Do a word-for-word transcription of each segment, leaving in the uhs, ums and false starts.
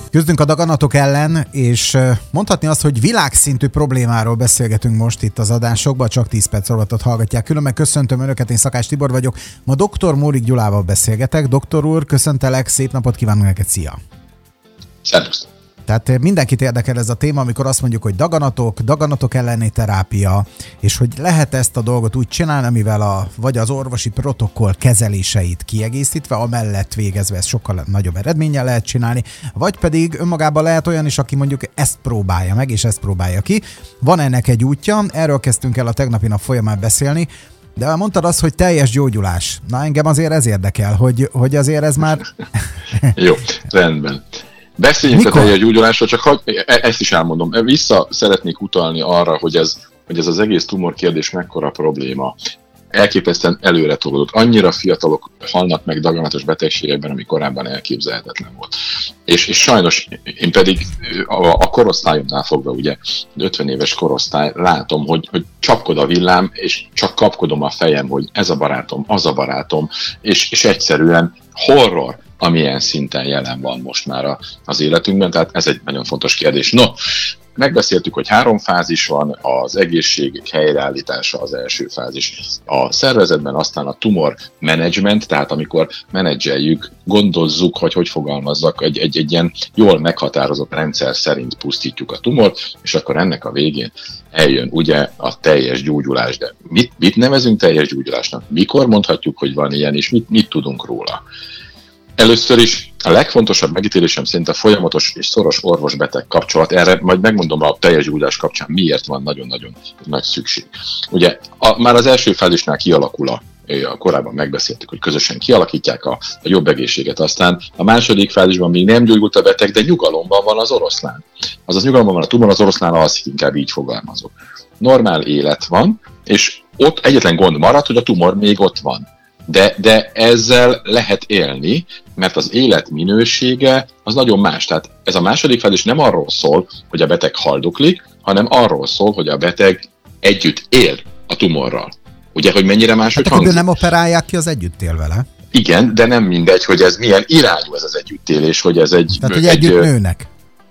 Küzdünk a daganatok ellen, és mondhatni azt, hogy világszintű problémáról beszélgetünk most itt az adásokban, csak tíz perc alatt hallgatják. Különben köszöntöm Önöket, én Szakás Tibor vagyok. Ma doktor Mórik Gyulával beszélgetek. Doktor úr, köszöntelek, szép napot kívánunk neked, szia! Szervusz! Tehát mindenkit érdekel ez a téma, amikor azt mondjuk, hogy daganatok, daganatok elleni terápia, és hogy lehet ezt a dolgot úgy csinálni, amivel a, vagy az orvosi protokoll kezeléseit kiegészítve, amellett végezve ezt sokkal nagyobb eredménnyel lehet csinálni, vagy pedig önmagában lehet olyan is, aki mondjuk ezt próbálja meg, és ezt próbálja ki. Van ennek egy útja, erről kezdtünk el a tegnapi nap folyamán beszélni, de mondtad azt, hogy teljes gyógyulás. Na, engem azért ez érdekel, hogy, hogy azért ez már... Jó, rendben. Beszéljünk Mikor? a teljes gyógyulásról, csak ha, ezt is elmondom. Vissza szeretnék utalni arra, hogy ez, hogy ez az egész tumor kérdés mekkora probléma. Elképesztően előre tolódott. Annyira fiatalok halnak meg daganatos betegségekben, ami korábban elképzelhetetlen volt. És, és sajnos én pedig a, a korosztályomnál fogva, ugye ötven éves korosztály, látom, hogy, hogy csapkod a villám, és csak kapkodom a fejem, hogy ez a barátom, az a barátom, és, és egyszerűen horror, amilyen szinten jelen van most már az életünkben, tehát ez egy nagyon fontos kérdés. No, megbeszéltük, hogy három fázis van, az egészség helyreállítása az első fázis a szervezetben, aztán a tumor management, tehát amikor menedzseljük, gondozzuk, hogy hogy fogalmazzak, egy, egy, egy ilyen jól meghatározott rendszer szerint pusztítjuk a tumort, és akkor ennek a végén eljön ugye a teljes gyógyulás. De mit, mit nevezünk teljes gyógyulásnak? Mikor mondhatjuk, hogy van ilyen, és mit, mit tudunk róla? Először is a legfontosabb megítélésem szerint a folyamatos és szoros orvos-beteg kapcsolat. Erre majd megmondom a teljes gyógyulás kapcsán, miért van nagyon-nagyon nagy szükség. Ugye a, már az első fázisnál kialakul a, a korábban megbeszéltük, hogy közösen kialakítják a, a jobb egészséget. Aztán a második fázisban még nem gyógyult a beteg, de nyugalomban van az oroszlán. Azaz nyugalomban van a tumor, az oroszlán, az inkább így fogalmazok. Normál élet van, és ott egyetlen gond marad, hogy a tumor még ott van. De, de ezzel lehet élni, mert az élet minősége az nagyon más. Tehát ez a második fázis nem arról szól, hogy a beteg haldoklik, hanem arról szól, hogy a beteg együtt él a tumorral. Ugye, hogy mennyire máshogy hát hangzik? Nem operálják ki, az együtt él vele. Igen, de nem mindegy, hogy ez milyen irányú ez az együttélés, hogy ez egy... Tehát, hogy együtt egy, nőnek.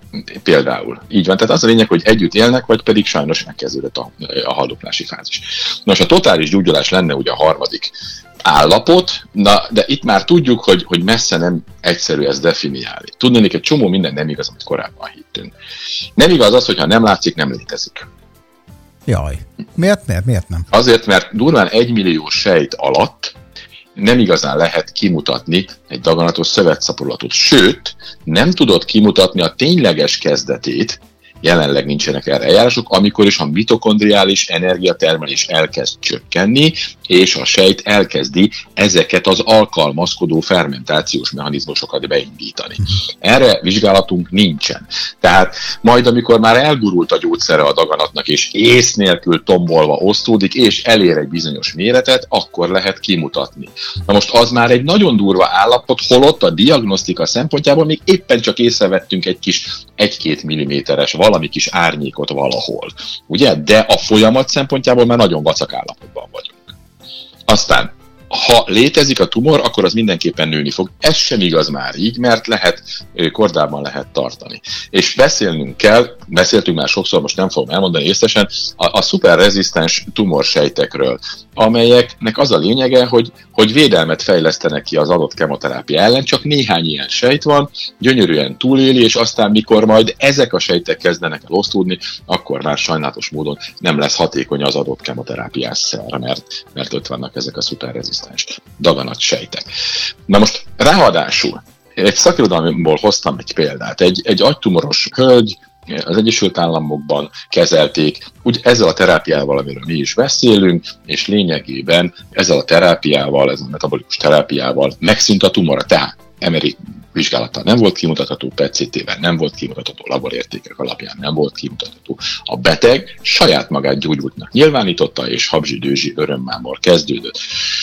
Például. Így van. Tehát az a lényeg, hogy együtt élnek, vagy pedig sajnos megkezdődött a, a haldoklási fázis. Nos, a totális gyógyulás lenne ugye a harmadik állapot, na, de itt már tudjuk, hogy, hogy messze nem egyszerű ezt definiálni. Tudnék, egy csomó minden nem igaz, amit korábban hittünk. Nem igaz az, hogy ha nem látszik, nem létezik. Jaj. Miért, miért, miért nem? Azért, mert durván egymillió sejt alatt nem igazán lehet kimutatni egy daganatos szövetszaporozatot. Sőt, nem tudod kimutatni a tényleges kezdetét, jelenleg nincsenek erre eljárások, amikor is a mitokondriális energiatermelés elkezd csökkenni, és a sejt elkezdi ezeket az alkalmazkodó fermentációs mechanizmusokat beindítani. Erre vizsgálatunk nincsen. Tehát majd, amikor már elgurult a gyógyszere a daganatnak, és ész nélkül tombolva osztódik, és elér egy bizonyos méretet, akkor lehet kimutatni. Na most az már egy nagyon durva állapot, holott a diagnosztika szempontjából még éppen csak észrevettünk egy kis egy-két milliméteres valami kis árnyékot valahol. Ugye? De a folyamat szempontjából már nagyon vacak állapotban vagyunk. Aztán, ha létezik a tumor, akkor az mindenképpen nőni fog. Ez sem igaz már így, mert lehet, kordában lehet tartani. És beszélnünk kell, beszéltünk már sokszor, most nem fogom elmondani észesen, a, a szuperrezisztens tumorsejtekről, amelyeknek az a lényege, hogy, hogy védelmet fejlesztenek ki az adott kemoterápia ellen, csak néhány ilyen sejt van, gyönyörűen túléli, és aztán mikor majd ezek a sejtek kezdenek el osztódni, akkor már sajnálatos módon nem lesz hatékony az adott kemoterápiás szer, mert, mert ott vannak ezek a szuperrezisztens daganat sejtek. Na most ráadásul egy szakirodalomból hoztam egy példát. Egy, egy agytumoros hölgy az Egyesült Államokban kezelték, úgy ezzel a terápiával, amiről mi is beszélünk, és lényegében ezzel a terápiával, ezzel a metabolikus terápiával megszűnt a tumora. Tehát em er i vizsgálattal nem volt kimutatható, pé e cé té-vel nem volt kimutatható, laborértékek alapján nem volt kimutatható. A beteg saját magát gyógyultnak nyilvánította, és habzsi-dőzsi örömmámor kezdődött.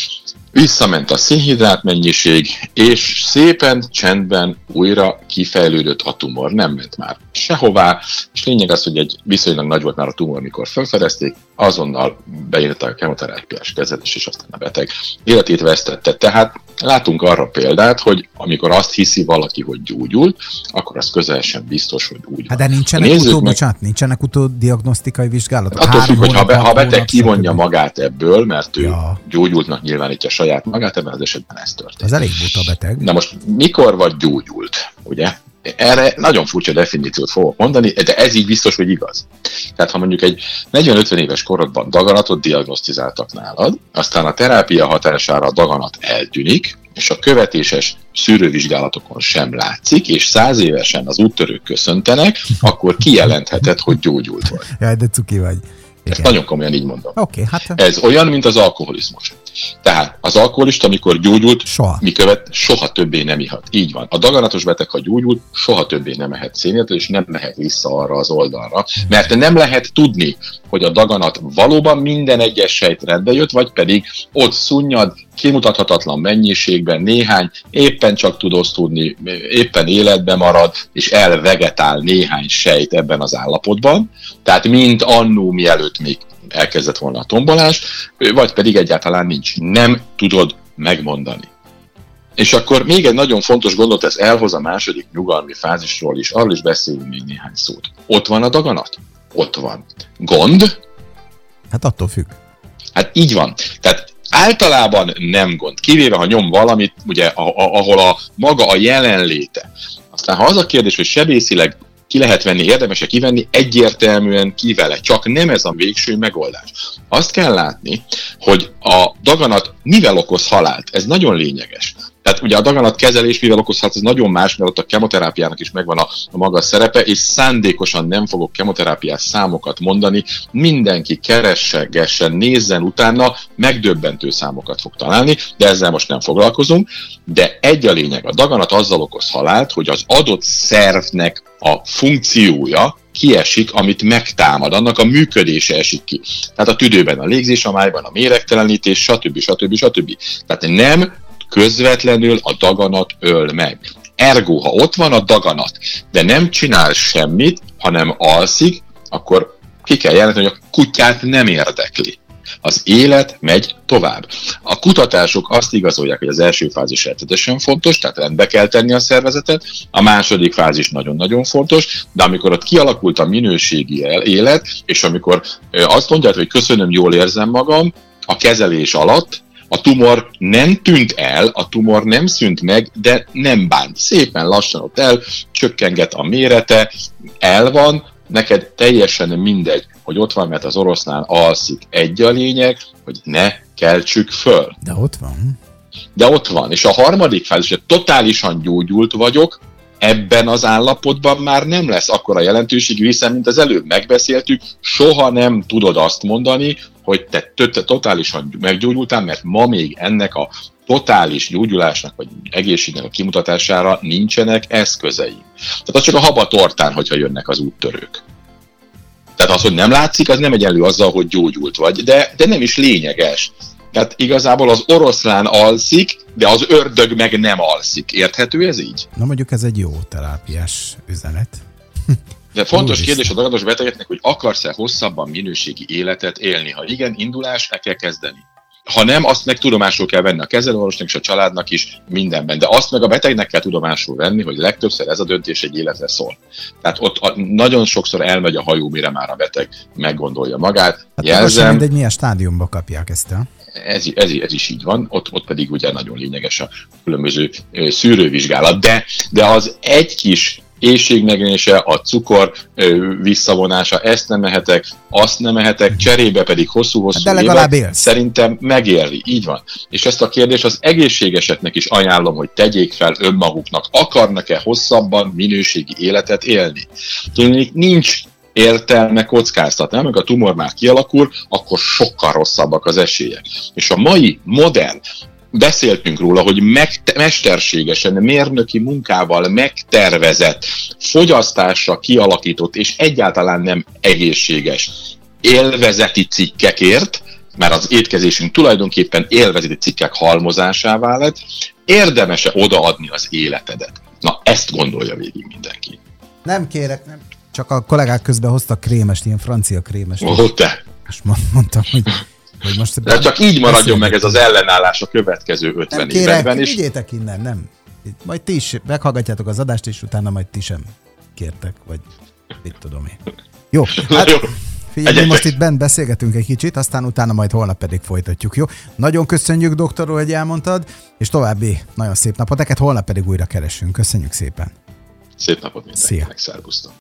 Visszament a szénhidrát mennyiség, és szépen, csendben újra kifejlődött a tumor. Nem ment már sehová, és lényeg az, hogy egy viszonylag nagy volt már a tumor, mikor felfedezték, azonnal beírta a kemoterápiás kezelés, és aztán a beteg életét vesztette. Tehát Látunk arra példát, hogy amikor azt hiszi valaki, hogy gyógyult, akkor az közel sem biztos, hogy úgy van. Hát de nincsenek utó, meg... bocsánat, nincsenek utódiagnosztikai vizsgálatok? Attól függ, hogy ha, be, ha beteg kivonja magát ebből, mert ő ja. gyógyultnak nyilvánítja saját magát, ebben az esetben ez történt. Ez elég buta beteg. Na most mikor vagy gyógyult, ugye? Erre nagyon furcsa definíciót fogok mondani, de ez így biztos, hogy igaz. Tehát ha mondjuk egy negyven-ötven éves korodban daganatot diagnosztizáltak nálad, aztán a terápia hatására a daganat eltűnik, és a követéses szűrővizsgálatokon sem látszik, és száz évesen az úttörők köszöntenek, akkor kijelentheted, hogy gyógyult vagy. Jaj, de cuki vagy. Ezt nagyon komolyan így mondom. Okay, hát... Ez olyan, mint az alkoholizmus. Tehát az alkoholista, amikor gyógyult, soha. mi követ, soha többé nem ihat. Így van. A daganatos beteg, ha gyógyult, soha többé nem mehet szénhidrátot, és nem mehet vissza arra az oldalra. Mert nem lehet tudni, hogy a daganat valóban minden egyes sejt rendbe jött, vagy pedig ott szunnyad, kimutathatatlan mennyiségben, néhány éppen csak tud osztódni, éppen életben marad, és elvegetál néhány sejt ebben az állapotban. Tehát mint annó mielőtt még elkezdett volna a tombolás, vagy pedig egyáltalán nincs. Nem tudod megmondani. És akkor még egy nagyon fontos gondot, ez elhoz a második nyugalmi fázisról is, arról is beszélünk még néhány szót. Ott van a daganat? Ott van. Gond? Hát attól függ. Hát így van. Tehát általában nem gond, kivéve ha nyom valamit, ugye, ahol a maga a jelenléte. Aztán ha az a kérdés, hogy sebészileg ki lehet venni, érdemes-e kivenni, egyértelműen kivele, csak nem ez a végső megoldás. Azt kell látni, hogy a daganat mivel okoz halált, ez nagyon lényeges. Tehát ugye a daganat kezelés mivel okozhat, ez nagyon más, mert ott a kemoterápiának is megvan a, a maga szerepe, és szándékosan nem fogok kemoterápiás számokat mondani, mindenki keressegessen, nézzen utána, megdöbbentő számokat fog találni, de ezzel most nem foglalkozunk, de egy a lényeg, a daganat azzal okoz halált, hogy az adott szervnek a funkciója kiesik, amit megtámad, annak a működése esik ki. Tehát a tüdőben a légzés, a májban a méregtelenítés, stb. stb. stb. Tehát nem közvetlenül a daganat öl meg. Ergo, ha ott van a daganat, de nem csinál semmit, hanem alszik, akkor ki kell jelenteni, hogy a kutyát nem érdekli. Az élet megy tovább. A kutatások azt igazolják, hogy az első fázis rettetesen fontos, tehát rendbe kell tenni a szervezetet, a második fázis nagyon-nagyon fontos, de amikor ott kialakult a minőségi élet, és amikor azt mondják, hogy köszönöm, jól érzem magam, a kezelés alatt, a tumor nem tűnt el, a tumor nem szűnt meg, de nem bánt. Szépen lassan ott el, csökkenget a mérete, el van, neked teljesen mindegy, hogy ott van, mert az orosznál alszik. Egy a lényeg, hogy ne keltsük föl. De ott van. De ott van. És a harmadik fázis, hogy totálisan gyógyult vagyok, ebben az állapotban már nem lesz akkora jelentőségű, hiszen, mint az előbb megbeszéltük, soha nem tudod azt mondani, hogy te, te, te totálisan meggyógyultál, mert ma még ennek a totális gyógyulásnak, vagy egészségnek a kimutatására nincsenek eszközeim. Tehát az csak a habatortán, hogyha jönnek az úttörők. Tehát az, hogy nem látszik, az nem egyenlő azzal, hogy gyógyult vagy, de, de nem is lényeges. Tehát igazából az oroszlán alszik, de az ördög meg nem alszik. Érthető ez így? Na mondjuk ez egy jó terápiás üzenet. De fontos kérdés a daganatos betegeknek, hogy akarsz-e hosszabban minőségi életet élni? Ha igen, indulás, el kell kezdeni. Ha nem, azt meg tudomásul kell venni a kezelőorvosnak és a családnak is mindenben. De azt meg a betegnek kell tudomásul venni, hogy legtöbbször ez a döntés egy életre szól. Tehát ott a, nagyon sokszor elmegy a hajó, mire már a beteg meggondolja magát. Hát jelzem, mindegy, milyen stádiumba kapják ezt el. Ez, ez, ez is így van, ott, ott pedig ugye nagyon lényeges a különböző szűrővizsgálat. De, de az egy kis éhségmegjelése, a cukor ö, visszavonása, ezt nem ehetek, azt nem ehetek, cserébe pedig hosszú-hosszú hát évet, élsz. Szerintem megéri, így van. És ezt a kérdést az egészségeseknek is ajánlom, hogy tegyék fel önmaguknak, akarnak-e hosszabban minőségi életet élni. Tudni, nincs értelme kockáztatni, amikor a tumor már kialakul, akkor sokkal rosszabbak az esélyek. És a mai modern, beszéltünk róla, hogy meg, mesterségesen, mérnöki munkával megtervezett, fogyasztásra kialakított és egyáltalán nem egészséges élvezeti cikkekért, mert az étkezésünk tulajdonképpen élvezeti cikkek halmozásává lett, érdemes-e odaadni az életedet? Na, ezt gondolja végig mindenki. Nem kérek, nem. Csak a kollégák közben hoztak krémest, ilyen francia krémest. Ó, te! És mondtam, hogy Hogy most de csak így maradjon meg ez az ellenállás a következő ötven nem években kérek, is. vigyétek innen, nem. Majd ti is meghallgatjátok az adást, és utána majd ti sem kértek, vagy mit tudom én. Jó, hát figyelj, mi most itt bent beszélgetünk egy kicsit, aztán utána majd holnap pedig folytatjuk, jó? Nagyon köszönjük, doktor úr, hogy elmondtad, és további nagyon szép napot, neked holnap pedig újra keresünk. Köszönjük szépen. Szép napot mindenkinek, szervusztok.